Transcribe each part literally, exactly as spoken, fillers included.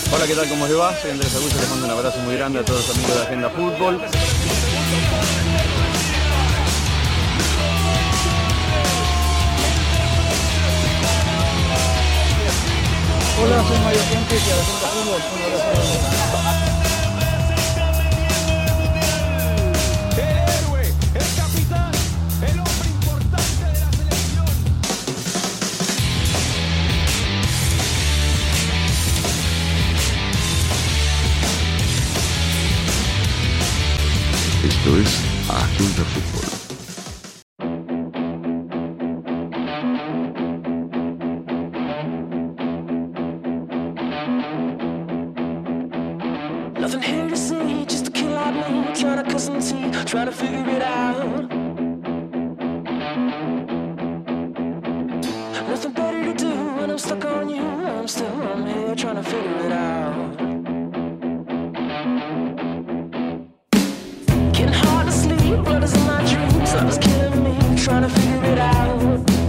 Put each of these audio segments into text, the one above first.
Hola, ¿qué tal? ¿Cómo les va? Soy Andrés Augusto, les mando un abrazo muy grande a todos los amigos de Agenda Fútbol. Hola, soy Mario Fuentes y Agenda Fútbol. Un abrazo. Esto es Agenda Fútbol. Nothing here to see, just a kid like me, trying to cut some teeth, trying to figure it out. Nothing better to do when I'm stuck on you. I'm still on here trying to figure it out. Getting hard to sleep, blood is in my dreams, love is killing me, trying to figure it out.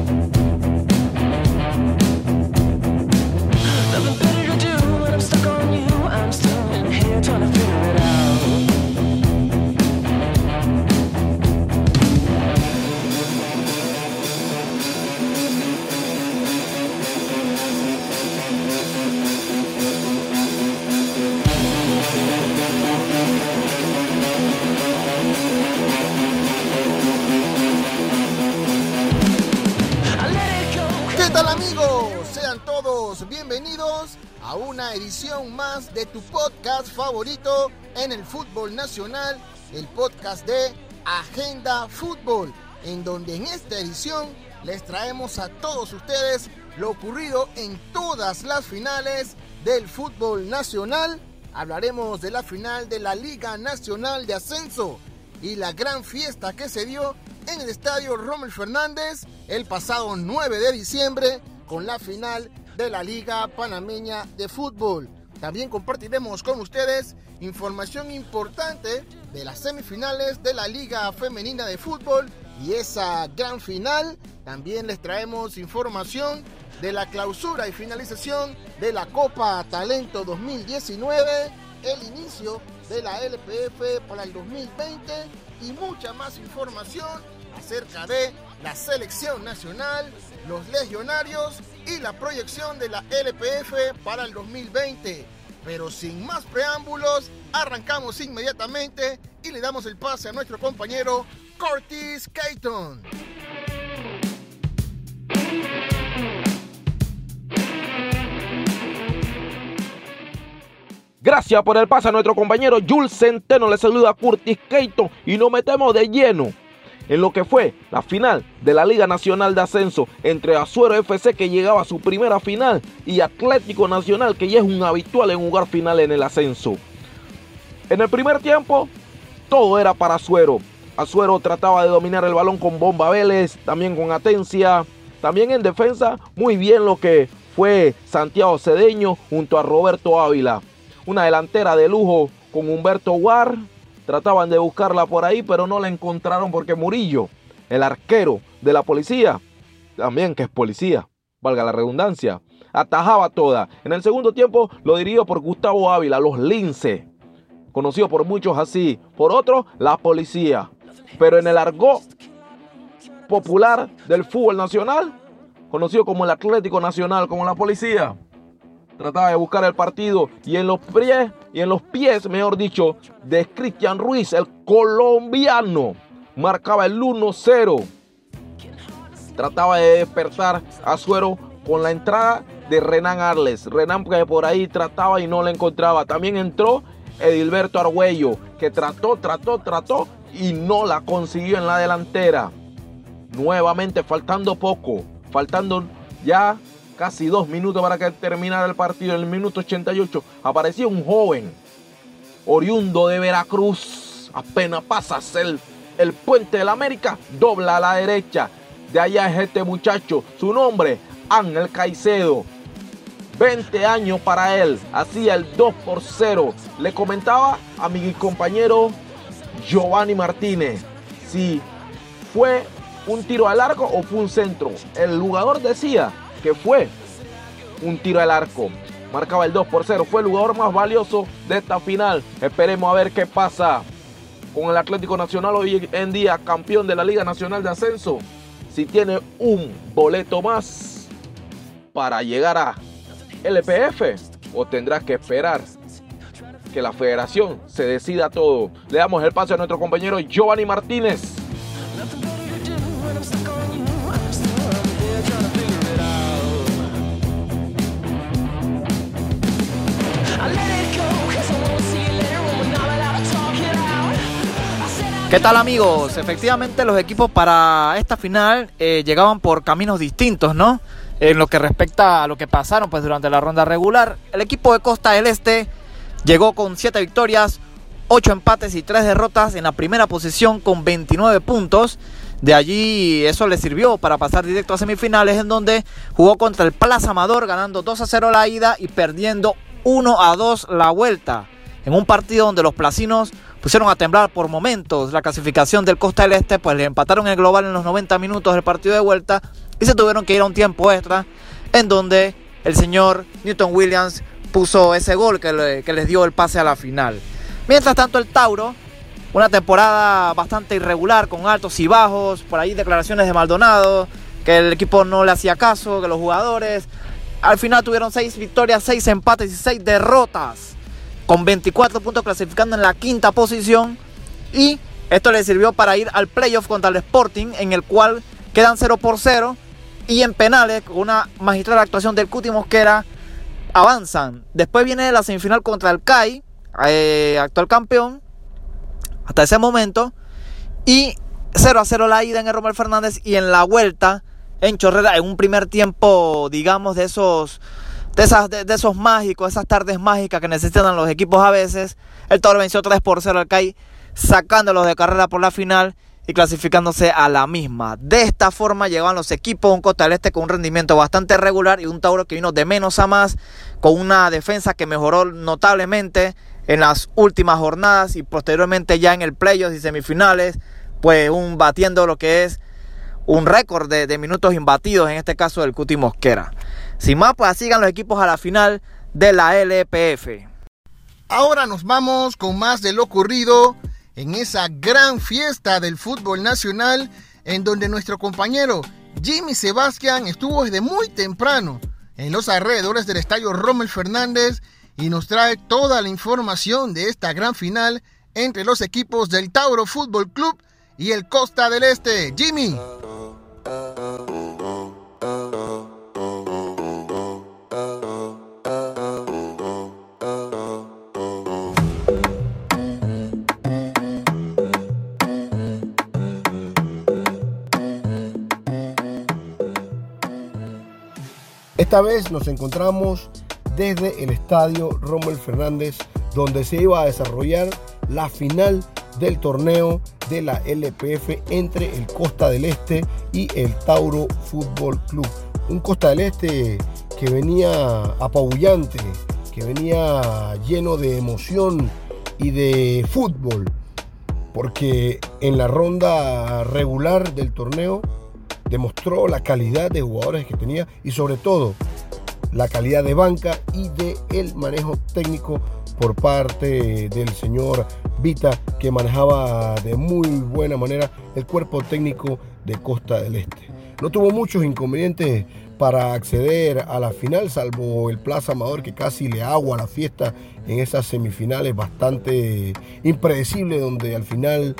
Nothing better to do when I'm stuck on you. I'm still in here trying to figure it out. ¿Qué tal, amigos? Sean todos bienvenidos a una edición más de tu podcast favorito en el fútbol nacional, el podcast de Agenda Fútbol, en donde en esta edición les traemos a todos ustedes lo ocurrido en todas las finales del fútbol nacional. Hablaremos de la final de la Liga Nacional de Ascenso y la gran fiesta que se dio en el estadio Rommel Fernández el pasado nueve de diciembre con la final de la Liga Panameña de Fútbol. También compartiremos con ustedes información importante de las semifinales de la Liga Femenina de Fútbol y esa gran final. También les traemos información de la clausura y finalización de la Copa Talento dos mil diecinueve, el inicio de la L P F para el dos mil veinte y mucha más información acerca de la selección nacional, los legionarios y la proyección de la L P F para el dos mil veinte. Pero sin más preámbulos, arrancamos inmediatamente y le damos el pase a nuestro compañero Curtis Cayton. Gracias por el pase a nuestro compañero Jules Centeno. Le saluda a Curtis Cayton y nos metemos de lleno en lo que fue la final de la Liga Nacional de Ascenso entre Azuero F C, que llegaba a su primera final, y Atlético Nacional, que ya es un habitual en jugar final en el ascenso. En el primer tiempo, todo era para Azuero. Azuero trataba de dominar el balón con Bomba Vélez, también con Atencia. También en defensa, muy bien lo que fue Santiago Cedeño junto a Roberto Ávila. Una delantera de lujo con Humberto Guar. Trataban de buscarla por ahí, pero no la encontraron porque Murillo, el arquero de la policía, también que es policía, valga la redundancia, atajaba toda. En el segundo tiempo lo dirigió por Gustavo Ávila, los Lince, conocido por muchos así, por otros la policía. Pero en el argot popular del fútbol nacional, conocido como el Atlético Nacional, como la policía, trataba de buscar el partido y en los pies, y en los pies, mejor dicho, de Cristian Ruiz, el colombiano, marcaba el uno cero. Trataba de despertar a Azuero con la entrada de Renan Arles. Renan, que por ahí trataba y no la encontraba. También entró Edilberto Argüello, que trató, trató, trató y no la consiguió en la delantera. Nuevamente faltando poco, faltando ya casi dos minutos para que terminara el partido. En el minuto ochenta y ocho apareció un joven oriundo de Veracruz. Apenas pasas el, el puente de la América, dobla a la derecha. De allá es este muchacho, su nombre, Ángel Caicedo. veinte años para él, hacía el dos por cero. Le comentaba a mi compañero Giovanni Martínez si fue un tiro al arco o fue un centro. El jugador decía que fue un tiro al arco. marcaba el dos por cero. Fue el jugador más valioso de esta final. Esperemos a ver qué pasa con el Atlético Nacional, hoy en día campeón de la Liga Nacional de Ascenso. Si tiene un boleto más para llegar a L P F, o tendrá que esperar que la federación se decida todo. Le damos el pase a nuestro compañero Giovanni Martínez. ¿Qué tal, amigos? Efectivamente, los equipos para esta final eh, llegaban por caminos distintos, ¿no? En lo que respecta a lo que pasaron pues durante la ronda regular, el equipo de Costa del Este llegó con siete victorias, ocho empates y tres derrotas en la primera posición con veintinueve puntos. De allí eso le sirvió para pasar directo a semifinales, en donde jugó contra el Plaza Amador, ganando dos a cero la ida y perdiendo uno a dos la vuelta. En un partido donde los placinos pusieron a temblar por momentos la clasificación del Costa del Este, pues le empataron el global en los noventa minutos del partido de vuelta y se tuvieron que ir a un tiempo extra, en donde el señor Newton Williams puso ese gol que, le, que les dio el pase a la final. Mientras tanto, el Tauro, una temporada bastante irregular, con altos y bajos, por ahí declaraciones de Maldonado, que el equipo no le hacía caso, que los jugadores al final tuvieron seis victorias, seis empates y seis derrotas, con veinticuatro puntos, clasificando en la quinta posición, y esto le sirvió para ir al playoff contra el Sporting, en el cual quedan cero por cero, y en penales, con una magistral actuación del Cuti Mosquera, avanzan. Después viene la semifinal contra el C A I, eh, actual campeón hasta ese momento, y cero a cero la ida en el Rommel Fernández, y en la vuelta en Chorrera, en un primer tiempo, digamos, de esos de, esas, de, de esos mágicos, esas tardes mágicas que necesitan los equipos a veces, el Tauro venció tres por cero al C A I, sacándolos de carrera por la final y clasificándose a la misma. De esta forma llegaban los equipos, un Costa del Este con un rendimiento bastante regular y un Tauro que vino de menos a más, con una defensa que mejoró notablemente en las últimas jornadas y posteriormente ya en el playoffs y semifinales, pues un batiendo lo que es un récord de, de minutos imbatidos, en este caso del Cuti Mosquera. Sin más, pues sigan los equipos a la final de la L P F. Ahora nos vamos con más de lo ocurrido en esa gran fiesta del fútbol nacional, en donde nuestro compañero Jimmy Sebastián estuvo desde muy temprano en los alrededores del estadio Rommel Fernández y nos trae toda la información de esta gran final entre los equipos del Tauro Fútbol Club y el Costa del Este. Jimmy. Esta vez nos encontramos desde el estadio Rommel Fernández, donde se iba a desarrollar la final del torneo de la L P F entre el Costa del Este y el Tauro Fútbol Club. Un Costa del Este que venía apabullante, que venía lleno de emoción y de fútbol, porque en la ronda regular del torneo demostró la calidad de jugadores que tenía y sobre todo la calidad de banca y de el manejo técnico por parte del señor Vita, que manejaba de muy buena manera el cuerpo técnico de Costa del Este. No tuvo muchos inconvenientes para acceder a la final, salvo el Plaza Amador, que casi le agua la fiesta en esas semifinales bastante impredecibles, donde al final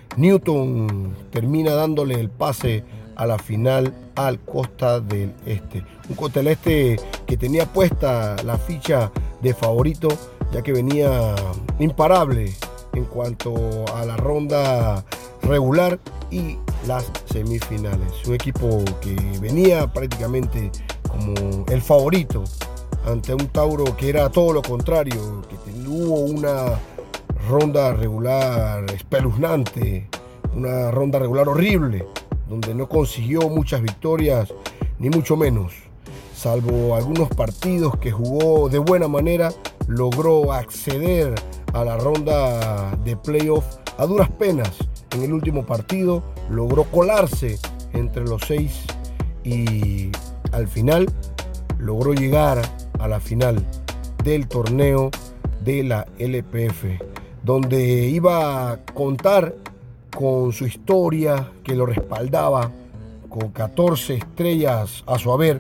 Newton termina dándole el pase a la final al Costa del Este. Un Costa del Este que tenía puesta la ficha de favorito, ya que venía imparable en cuanto a la ronda regular y las semifinales. Un equipo que venía prácticamente como el favorito ante un Tauro que era todo lo contrario, que tuvo una ronda regular espeluznante, una ronda regular horrible, donde no consiguió muchas victorias, ni mucho menos. Salvo algunos partidos que jugó de buena manera, logró acceder a la ronda de playoff a duras penas. En el último partido logró colarse entre los seis y al final logró llegar a la final del torneo de la L P F, donde iba a contar con su historia que lo respaldaba, con catorce estrellas a su haber,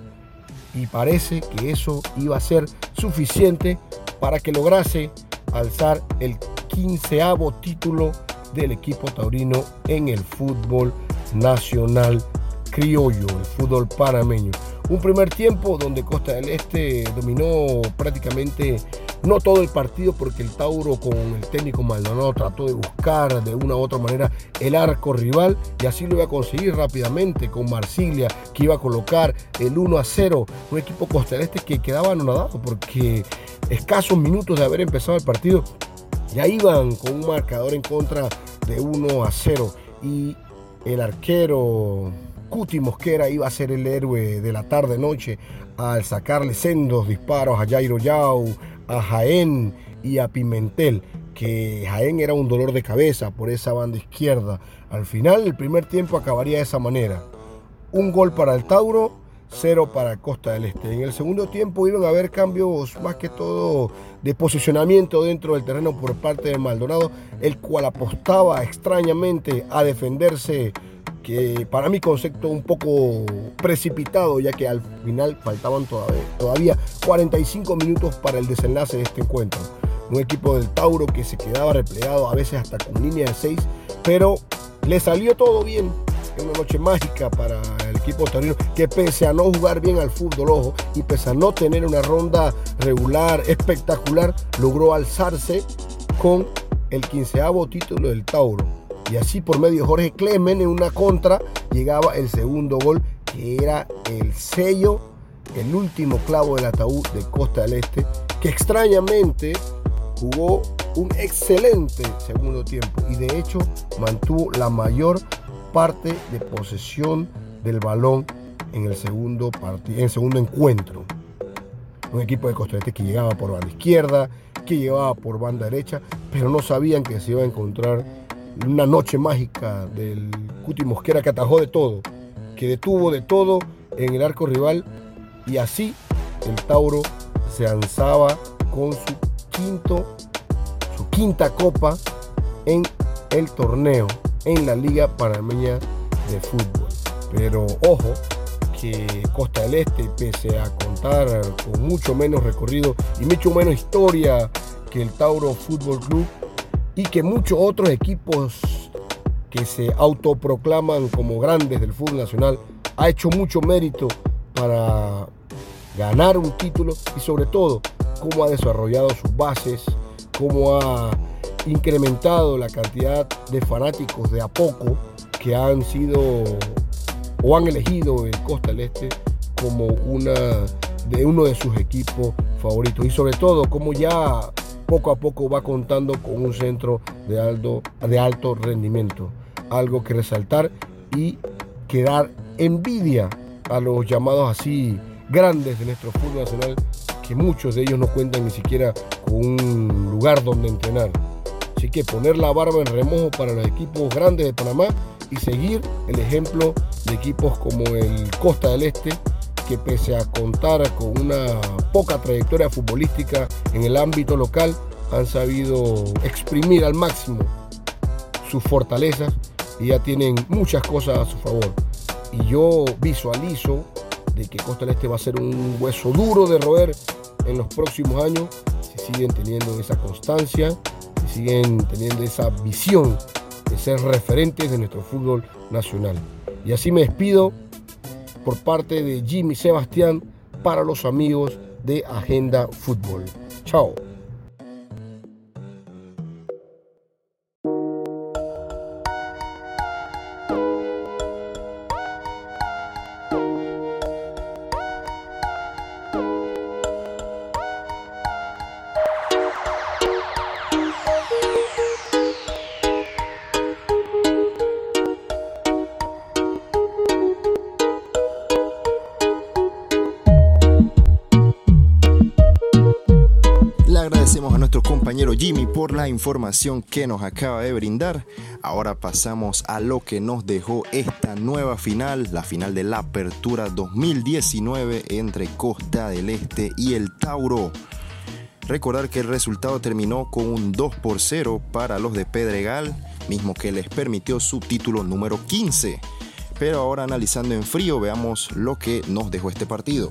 y parece que eso iba a ser suficiente para que lograse alzar el quinceavo título del equipo taurino en el fútbol nacional criollo, el fútbol panameño. Un primer tiempo donde Costa del Este dominó prácticamente no todo el partido, porque el Tauro con el técnico Maldonado trató de buscar de una u otra manera el arco rival, y así lo iba a conseguir rápidamente con Marsiglia, que iba a colocar el uno a cero. Un equipo Costa del Este que quedaba anonadado porque escasos minutos de haber empezado el partido ya iban con un marcador en contra de uno a cero, y el arquero Cuti Mosquera iba a ser el héroe de la tarde-noche al sacarle sendos disparos a Jairo Yao, a Jaén y a Pimentel, que Jaén era un dolor de cabeza por esa banda izquierda. Al final, el primer tiempo acabaría de esa manera: un gol para el Tauro, cero para Costa del Este. En el segundo tiempo iban a haber cambios más que todo de posicionamiento dentro del terreno por parte de Maldonado, el cual apostaba extrañamente a defenderse, que para mi concepto un poco precipitado, ya que al final faltaban todavía, todavía cuarenta y cinco minutos para el desenlace de este encuentro. Un equipo del Tauro que se quedaba replegado a veces hasta con línea de seis, pero le salió todo bien. Una noche mágica para el equipo taurino, que pese a no jugar bien al fútbol, ojo, y pese a no tener una ronda regular espectacular, logró alzarse con el quinceavo título del Tauro. Y así, por medio de Jorge Clemen, en una contra llegaba el segundo gol, que era el sello, el último clavo del ataúd de Costa del Este, que extrañamente jugó un excelente segundo tiempo y de hecho mantuvo la mayor parte de posesión del balón en el segundo partido, en el segundo encuentro. Un equipo de Costa del Este que llegaba por banda izquierda, que llegaba por banda derecha, pero no sabían que se iba a encontrar una noche mágica del Cuti Mosquera, que atajó de todo, que detuvo de todo en el arco rival, y así el Tauro se alzaba con su quinto, su quinta copa en el torneo, en la Liga Panameña de Fútbol. Pero ojo, que Costa del Este, pese a contar con mucho menos recorrido y mucho menos historia que el Tauro Fútbol Club, y que muchos otros equipos que se autoproclaman como grandes del fútbol nacional, ha hecho mucho mérito para ganar un título, y sobre todo cómo ha desarrollado sus bases, cómo ha incrementado la cantidad de fanáticos de a poco que han sido o han elegido el Costa del Este como una de uno de sus equipos favoritos, y sobre todo cómo ya poco a poco va contando con un centro de alto, de alto rendimiento. Algo que resaltar y que dar envidia a los llamados así grandes de nuestro fútbol nacional, que muchos de ellos no cuentan ni siquiera con un lugar donde entrenar. Así que poner la barba en remojo para los equipos grandes de Panamá y seguir el ejemplo de equipos como el Costa del Este, que pese a contar con una poca trayectoria futbolística en el ámbito local, han sabido exprimir al máximo sus fortalezas y ya tienen muchas cosas a su favor. Y yo visualizo de que Costa del Este va a ser un hueso duro de roer en los próximos años, si siguen teniendo esa constancia, si siguen teniendo esa visión de ser referentes de nuestro fútbol nacional. Y así me despido por parte de Jimmy Sebastián para los amigos de Agenda Fútbol. Chao. Agradecemos a nuestro compañero Jimmy por la información que nos acaba de brindar. Ahora pasamos a lo que nos dejó esta nueva final, la final de la Apertura dos mil diecinueve entre Costa del Este y el Tauro. Recordar que el resultado terminó con un dos por cero para los de Pedregal, mismo que les permitió su título número quince. Pero ahora, analizando en frío, veamos lo que nos dejó este partido.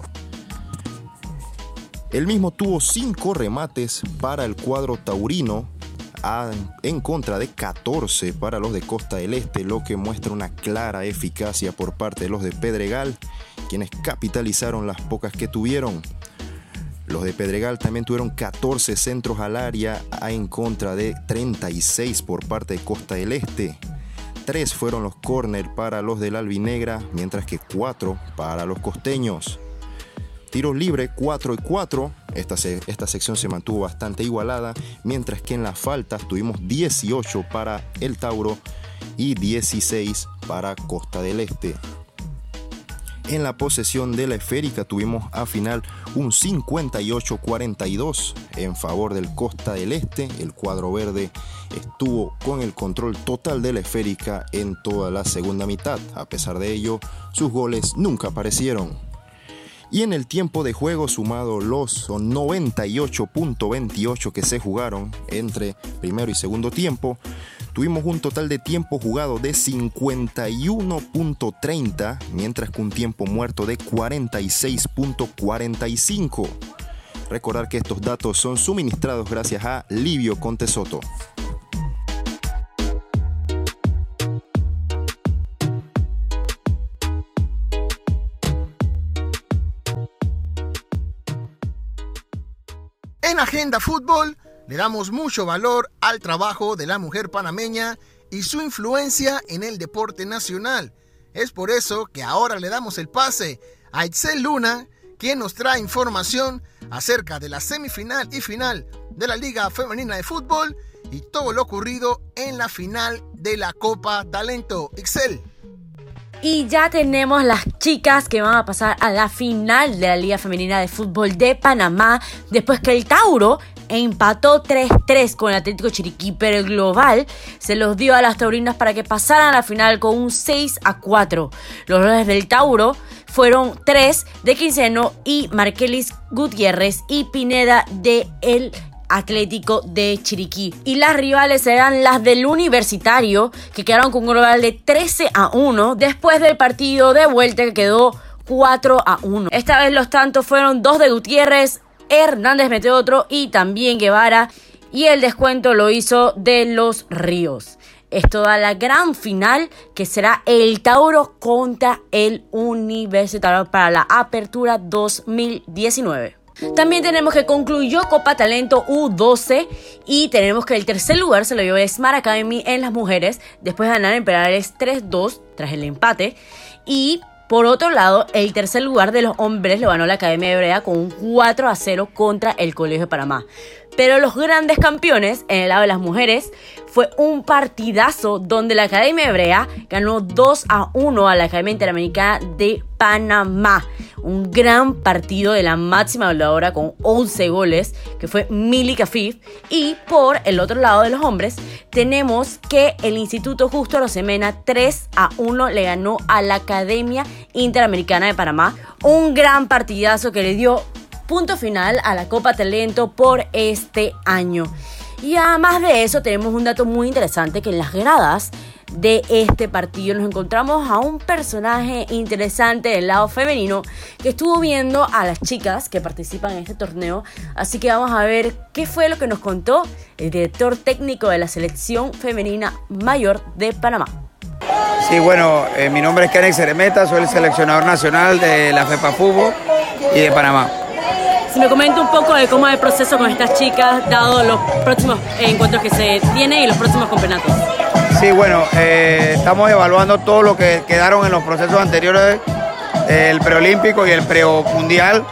El mismo tuvo cinco remates para el cuadro taurino, a, en contra de catorce para los de Costa del Este, lo que muestra una clara eficacia por parte de los de Pedregal, quienes capitalizaron las pocas que tuvieron. Los de Pedregal también tuvieron catorce centros al área en contra de treinta y seis por parte de Costa del Este. Tres fueron los córner para los del Albinegra, mientras que cuatro para los costeños. Tiros libres cuatro y cuatro, esta, se, esta sección se mantuvo bastante igualada, mientras que en las faltas tuvimos dieciocho para el Tauro y dieciséis para Costa del Este. En la posesión de la esférica tuvimos al final un cincuenta y ocho cuarenta y dos en favor del Costa del Este. El cuadro verde estuvo con el control total de la esférica en toda la segunda mitad. A pesar de ello, sus goles nunca aparecieron. Y en el tiempo de juego, sumado los noventa y ocho punto veintiocho que se jugaron entre primero y segundo tiempo, tuvimos un total de tiempo jugado de cincuenta y uno punto treinta, mientras que un tiempo muerto de cuarenta y seis punto cuarenta y cinco. Recordar que estos datos son suministrados gracias a Livio Contesoto. En Agenda Fútbol le damos mucho valor al trabajo de la mujer panameña y su influencia en el deporte nacional. Es por eso que ahora le damos el pase a Itzel Luna, quien nos trae información acerca de la semifinal y final de la Liga Femenina de Fútbol y todo lo ocurrido en la final de la Copa Talento. Itzel. Y ya tenemos las chicas que van a pasar a la final de la Liga Femenina de Fútbol de Panamá, después que el Tauro empató tres tres con el Atlético Chiriquí, pero el global se los dio a las taurinas para que pasaran a la final con un seis a cuatro. Los goles del Tauro fueron tres de Quinceno y Markelis Gutiérrez y Pineda de el Atlético de Chiriquí. Y las rivales eran las del Universitario, que quedaron con un global de trece a uno después del partido de vuelta, que quedó cuatro a uno. Esta vez los tantos fueron dos de Gutiérrez, Hernández metió otro y también Guevara, y el descuento lo hizo de los Ríos. Esto da la gran final, que será el Tauro contra el Universitario para la Apertura dos mil diecinueve. También tenemos que concluyó Copa Talento U doce y tenemos que el tercer lugar se lo llevó Smart Academy en las mujeres después de ganar en Perales tres dos tras el empate. Y por otro lado, el tercer lugar de los hombres lo ganó la Academia Hebrea con un cuatro a cero contra el Colegio de Panamá. Pero los grandes campeones en el lado de las mujeres fue un partidazo donde la Academia Hebrea ganó dos a uno a la Academia Interamericana de Panamá. Un gran partido de la máxima goleadora con once goles, que fue Mili Cafif. Y por el otro lado de los hombres tenemos que el Instituto Justo Arosemena tres a uno le ganó a la Academia Interamericana de Panamá. Un gran partidazo que le dio punto final a la Copa Talento por este año. Y además de eso tenemos un dato muy interesante, que en las gradas de este partido nos encontramos a un personaje interesante del lado femenino que estuvo viendo a las chicas que participan en este torneo. Así que vamos a ver qué fue lo que nos contó el director técnico de la selección femenina mayor de Panamá. Sí, bueno, eh, mi nombre es Kenneth Ceremeta, soy el seleccionador nacional de la FEPA Fútbol y de Panamá. Si me comenta un poco de cómo es el proceso con estas chicas, dado los próximos encuentros que se tienen y los próximos campeonatos. Sí, bueno, eh, estamos evaluando todo lo que quedaron en los procesos anteriores, eh, el preolímpico y el premundial.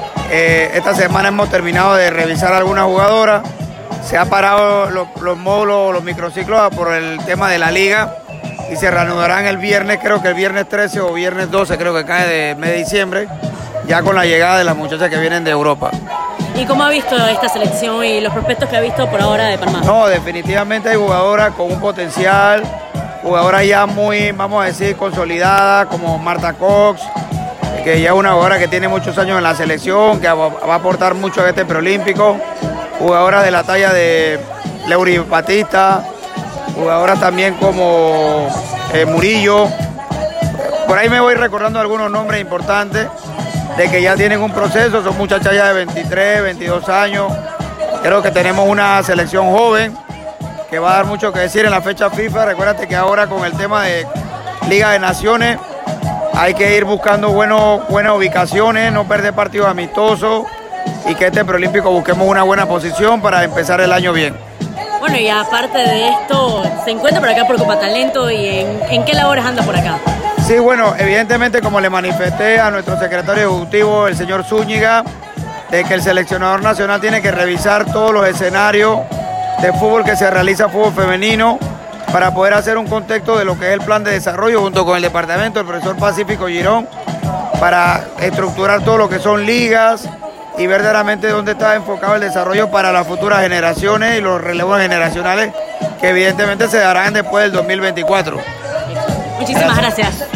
Eh, esta semana hemos terminado de revisar algunas jugadoras. Se han parado los, los módulos, los microciclos por el tema de la liga y se reanudarán el viernes, creo que el viernes trece o viernes doce, creo que cae de mes de diciembre, ya con la llegada de las muchachas que vienen de Europa. ¿Y cómo ha visto esta selección y los prospectos que ha visto por ahora de Panamá? No, definitivamente hay jugadoras con un potencial, jugadoras ya muy, vamos a decir, consolidadas, como Marta Cox, que ya es una jugadora que tiene muchos años en la selección, que va a aportar mucho a este preolímpico. jugadoras de la talla de Leury Batista, jugadoras también como eh, Murillo. Por ahí me voy recordando algunos nombres importantes de que ya tienen un proceso, son muchachas ya de veintitrés, veintidós años. Creo que tenemos una selección joven que va a dar mucho que decir en la fecha FIFA. Recuérdate que ahora con el tema de Liga de Naciones hay que ir buscando bueno, buenas ubicaciones, no perder partidos amistosos y que este preolímpico busquemos una buena posición para empezar el año bien. Bueno, y aparte de esto, ¿se encuentra por acá por Copa Talento y en, en qué labores anda por acá? Sí, bueno, evidentemente como le manifesté a nuestro secretario ejecutivo, el señor Zúñiga, de que el seleccionador nacional tiene que revisar todos los escenarios de fútbol que se realiza, fútbol femenino, para poder hacer un contexto de lo que es el plan de desarrollo junto con el departamento, el profesor Pacífico Girón, para estructurar todo lo que son ligas y verdaderamente dónde está enfocado el desarrollo para las futuras generaciones y los relevos generacionales que evidentemente se darán después del dos mil veinticuatro. Muchísimas gracias. gracias.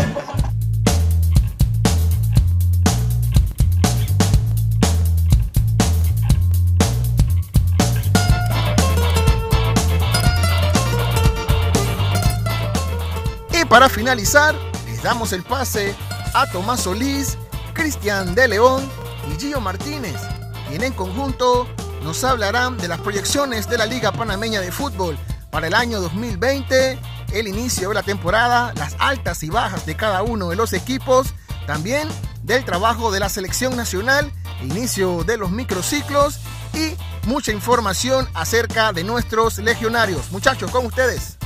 Y para finalizar, les damos el pase a Tomás Solís, Cristian de León y Gio Martínez, quien en conjunto nos hablarán de las proyecciones de la Liga Panameña de Fútbol para el año dos mil veinte, el inicio de la temporada, las altas y bajas de cada uno de los equipos, también del trabajo de la selección nacional, inicio de los microciclos y mucha información acerca de nuestros legionarios. Muchachos, con ustedes.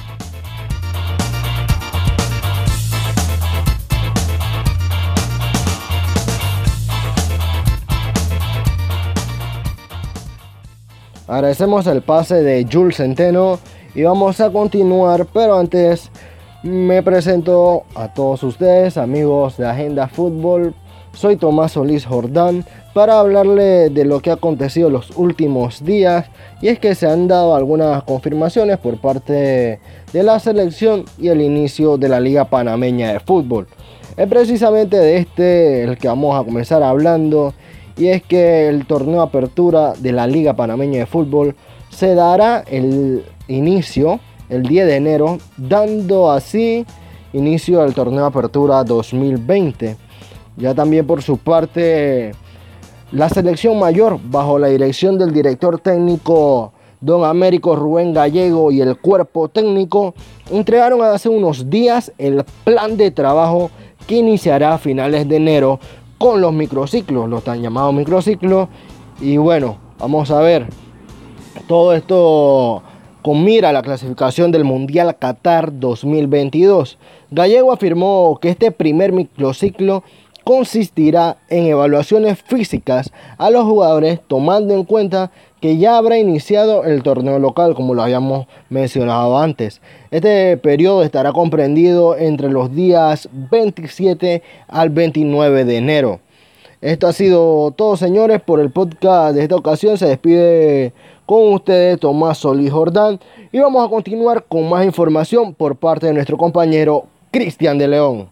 Agradecemos el pase de Jules Centeno y vamos a continuar, pero antes me presento a todos ustedes, amigos de Agenda Fútbol. Soy Tomás Solís Jordán para hablarle de lo que ha acontecido los últimos días, y es que se han dado algunas confirmaciones por parte de la selección y el inicio de la Liga Panameña de Fútbol. Es precisamente de este el que vamos a comenzar hablando, y es que el torneo Apertura de la Liga Panameña de Fútbol se dará el inicio el diez de enero, dando así inicio al torneo Apertura dos mil veinte. Ya también por su parte, la selección mayor, bajo la dirección del director técnico don Américo Rubén Gallego y el cuerpo técnico, entregaron hace unos días el plan de trabajo que iniciará a finales de enero con los microciclos, los tan llamados microciclos. Y bueno, vamos a ver todo esto con mira a la clasificación del Mundial Qatar dos mil veintidós. Gallego afirmó que este primer microciclo consistirá en evaluaciones físicas a los jugadores, tomando en cuenta que ya habrá iniciado el torneo local, como lo habíamos mencionado antes. Este periodo estará comprendido entre los días veintisiete al veintinueve de enero. Esto ha sido todo, señores, por el podcast de esta ocasión. Se despide con ustedes Tomás Solís Jordán y vamos a continuar con más información por parte de nuestro compañero Cristian de León.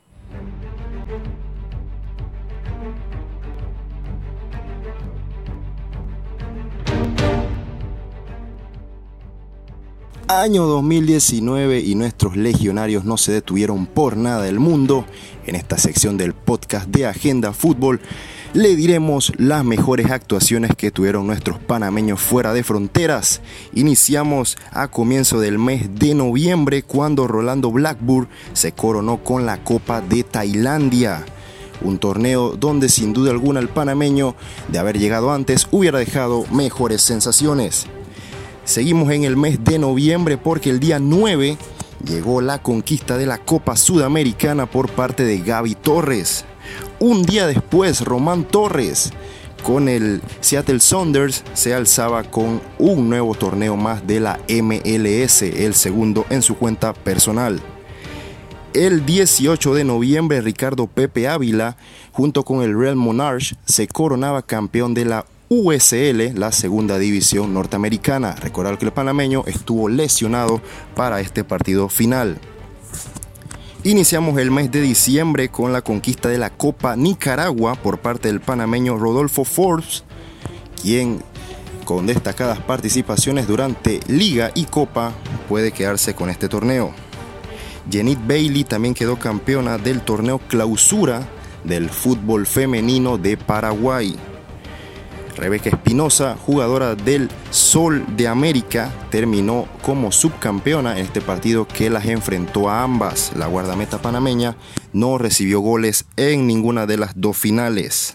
Año dos mil diecinueve y nuestros legionarios no se detuvieron por nada del mundo. En esta sección del podcast de Agenda Fútbol le diremos las mejores actuaciones que tuvieron nuestros panameños fuera de fronteras. Iniciamos a comienzo del mes de noviembre, cuando Rolando Blackburn se coronó con la Copa de Tailandia. Un torneo donde sin duda alguna el panameño, de haber llegado antes, hubiera dejado mejores sensaciones. Seguimos en el mes de noviembre porque el día nueve llegó la conquista de la Copa Sudamericana por parte de Gaby Torres. Un día después, Román Torres con el Seattle Sounders se alzaba con un nuevo torneo más de la M L S, el segundo en su cuenta personal. El dieciocho de noviembre, Ricardo Pepe Ávila, junto con el Real Monarch, se coronaba campeón de la U S L, la segunda división norteamericana. Recordar que el panameño estuvo lesionado para este partido final. Iniciamos el mes de diciembre con la conquista de la Copa Nicaragua por parte del panameño Rodolfo Forbes, quien con destacadas participaciones durante Liga y Copa, puede quedarse con este torneo. Jenit Bailey también quedó campeona del torneo Clausura del fútbol femenino de Paraguay. Rebeca Espinosa, jugadora del Sol de América, terminó como subcampeona en este partido que las enfrentó a ambas. La guardameta panameña no recibió goles en ninguna de las dos finales.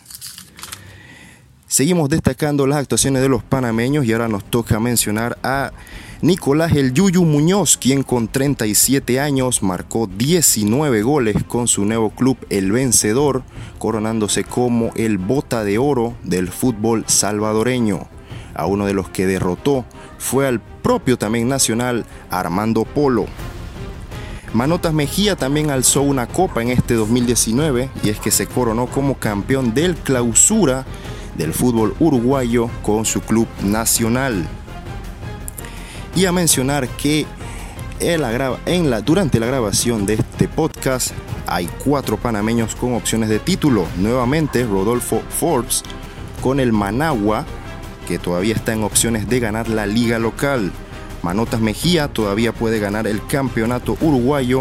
Seguimos destacando las actuaciones de los panameños y ahora nos toca mencionar a Nicolás El Yuyu Muñoz, quien con treinta y siete años marcó diecinueve goles con su nuevo club El Vencedor, coronándose como el bota de oro del fútbol salvadoreño. A uno de los que derrotó fue al propio también nacional Armando Polo. Manotas Mejía también alzó una copa en este dos mil diecinueve y es que se coronó como campeón del Clausura del fútbol uruguayo con su club nacional. Y a mencionar que en la, en la, durante la grabación de este podcast hay cuatro panameños con opciones de título. Nuevamente Rodolfo Forbes con el Managua, que todavía está en opciones de ganar la liga local. Manotas Mejía todavía puede ganar el campeonato uruguayo.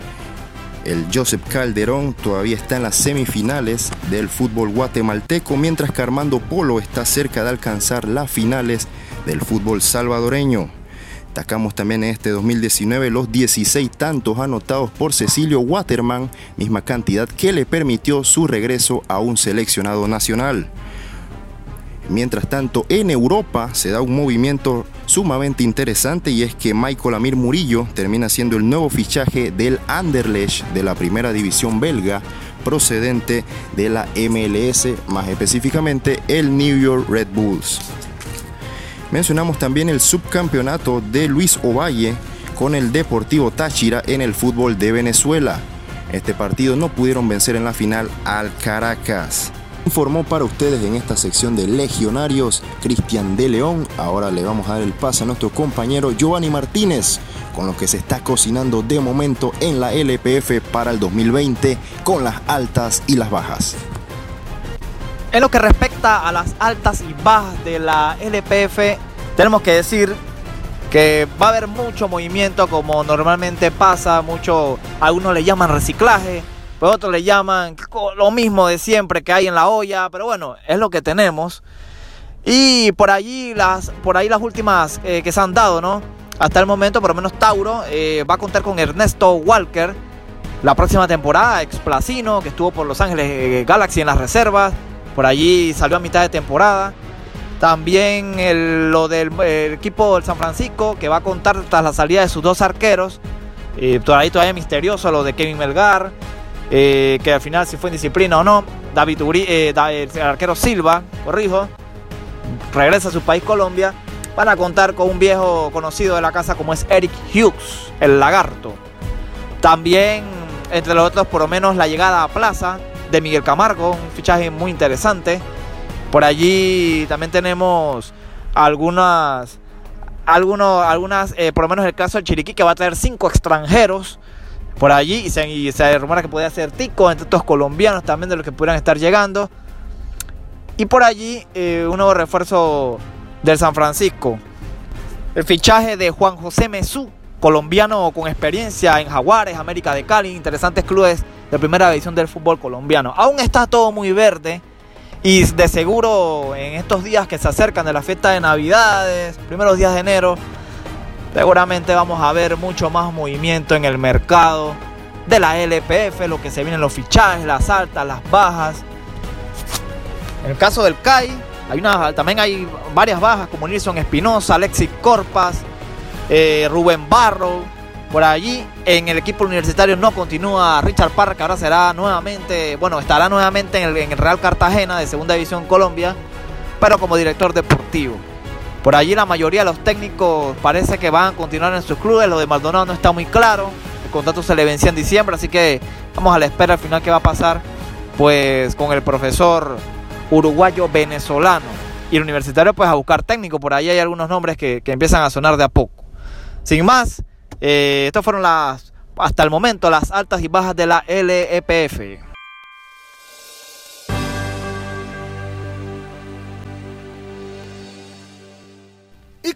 El Joseph Calderón todavía está en las semifinales del fútbol guatemalteco, mientras que Armando Polo está cerca de alcanzar las finales del fútbol salvadoreño. Destacamos también en este dos mil diecinueve los dieciséis tantos anotados por Cecilio Waterman, misma cantidad que le permitió su regreso a un seleccionado nacional. Mientras tanto, en Europa se da un movimiento sumamente interesante y es que Michael Amir Murillo termina siendo el nuevo fichaje del Anderlecht de la primera división belga, procedente de la M L S, más específicamente el New York Red Bulls. Mencionamos también el subcampeonato de Luis Ovalle con el Deportivo Táchira en el fútbol de Venezuela. Este partido no pudieron vencer en la final al Caracas. Informó para ustedes en esta sección de Legionarios Cristian de León. Ahora le vamos a dar el pase a nuestro compañero Giovanni Martínez con lo que se está cocinando de momento en la L P F para el dos mil veinte con las altas y las bajas. En lo que respecta a las altas y bajas de la L P F, tenemos que decir que va a haber mucho movimiento como normalmente pasa, mucho, algunos le llaman reciclaje, pero otros le llaman lo mismo de siempre que hay en la olla, pero bueno, es lo que tenemos. Y por allí las, por ahí las últimas eh, que se han dado, ¿no? Hasta el momento, por lo menos Tauro eh, va a contar con Ernesto Walker la próxima temporada, ex Placino, que estuvo por Los Ángeles eh, Galaxy en las reservas. Por allí salió a mitad de temporada. También el, lo del el equipo del San Francisco, que va a contar tras la salida de sus dos arqueros. Eh, por ahí todavía misterioso lo de Kevin Melgar, eh, que al final si fue en disciplina o no. David Uri, eh, el arquero Silva, corrijo, regresa a su país Colombia. Van a contar con un viejo conocido de la casa como es Eric Hughes, el lagarto. También, entre los otros, por lo menos la llegada a Plaza de Miguel Camargo, un fichaje muy interesante. Por allí también tenemos algunas, algunos, algunas, eh, por lo menos el caso del Chiriquí, que va a traer cinco extranjeros por allí, y se, y se rumora que podría ser Tico, entre estos colombianos también de los que pudieran estar llegando. Y por allí eh, un nuevo refuerzo del San Francisco, el fichaje de Juan José Mesú, colombiano con experiencia en Jaguares, América de Cali, interesantes clubes de primera división del fútbol colombiano. Aún está todo muy verde y de seguro en estos días que se acercan de la fiesta de Navidades, primeros días de enero, seguramente vamos a ver mucho más movimiento en el mercado de la L P F, lo que se vienen los fichajes, las altas, las bajas. En el caso del C A I, hay una, también hay varias bajas como Nilson Espinosa, Alexis Corpas, eh, Rubén Barrow. Por allí en el equipo universitario no continúa Richard Parra, que ahora será nuevamente, bueno, estará nuevamente en el, en el Real Cartagena de Segunda División Colombia, pero como director deportivo. Por allí la mayoría de los técnicos parece que van a continuar en sus clubes. Lo de Maldonado no está muy claro, el contrato se le vencía en diciembre, así que vamos a la espera al final qué va a pasar pues con el profesor uruguayo venezolano. Y el universitario pues a buscar técnico. Por ahí hay algunos nombres que, que empiezan a sonar de a poco. Sin más, Eh, estas fueron las, hasta el momento, las altas y bajas de la L E P F.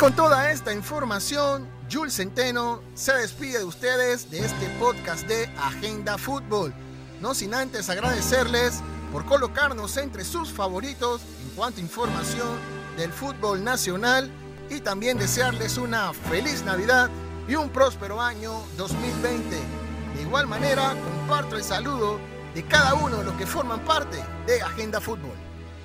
con toda esta información, Jules Centeno se despide de ustedes de este podcast de Agenda Fútbol. No sin antes agradecerles por colocarnos entre sus favoritos en cuanto a información del fútbol nacional y también desearles una feliz Navidad y un próspero año dos mil veinte. De igual manera, comparto el saludo de cada uno de los que forman parte de Agenda Fútbol.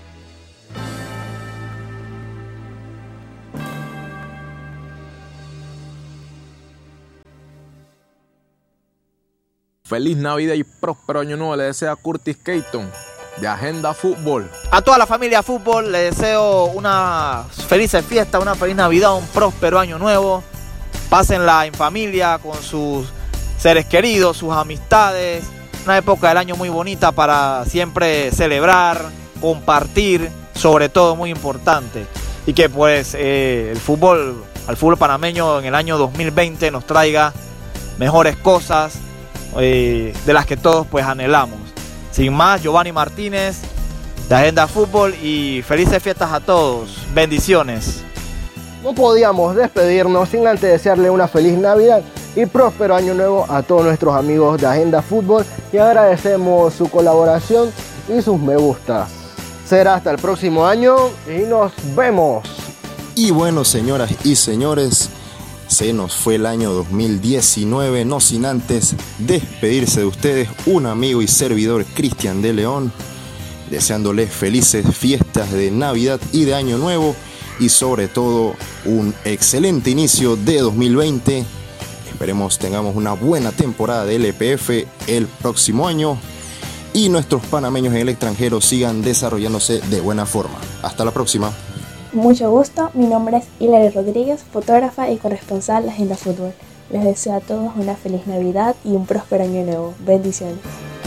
Feliz Navidad y próspero año nuevo le desea Curtis Keyton de Agenda Fútbol. A toda la familia fútbol le deseo una feliz fiesta, una feliz Navidad, un próspero año nuevo. Pásenla en familia con sus seres queridos, sus amistades. Una época del año muy bonita para siempre celebrar, compartir, sobre todo muy importante. Y que pues eh, el fútbol, al fútbol panameño en el año dos mil veinte nos traiga mejores cosas eh, de las que todos pues anhelamos. Sin más, Giovanni Martínez de Agenda Fútbol y felices fiestas a todos. Bendiciones. No podíamos despedirnos sin antes desearle una feliz Navidad y próspero año nuevo a todos nuestros amigos de Agenda Fútbol y agradecemos su colaboración y sus me gustas. Será hasta el próximo año y nos vemos. Y bueno, señoras y señores, se nos fue el año dos mil diecinueve, no sin antes despedirse de ustedes un amigo y servidor, Cristian de León, deseándoles felices fiestas de Navidad y de Año Nuevo y sobre todo un excelente inicio de dos mil veinte. Esperemos tengamos una buena temporada de L P F el próximo año y nuestros panameños en el extranjero sigan desarrollándose de buena forma. Hasta la próxima. Mucho gusto, mi nombre es Hilary Rodríguez, fotógrafa y corresponsal de Agenda Fútbol. Les deseo a todos una feliz Navidad y un próspero año nuevo. Bendiciones.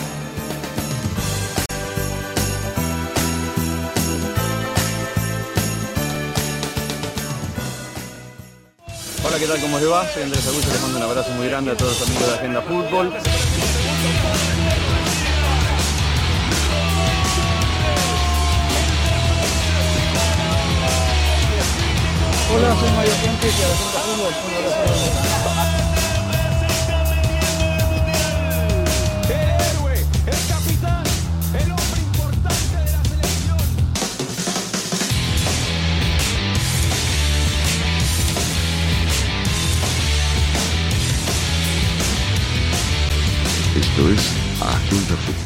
Hola, ¿qué tal? ¿Cómo les va? Soy Andrés Augusto, les mando un abrazo muy grande a todos los amigos de Agenda Fútbol. Hola, soy Mario Kempes de Agenda Fútbol. Un abrazo grande. El héroe, el capitán, el hombre importante de la selección. Esto es Agenda Fútbol.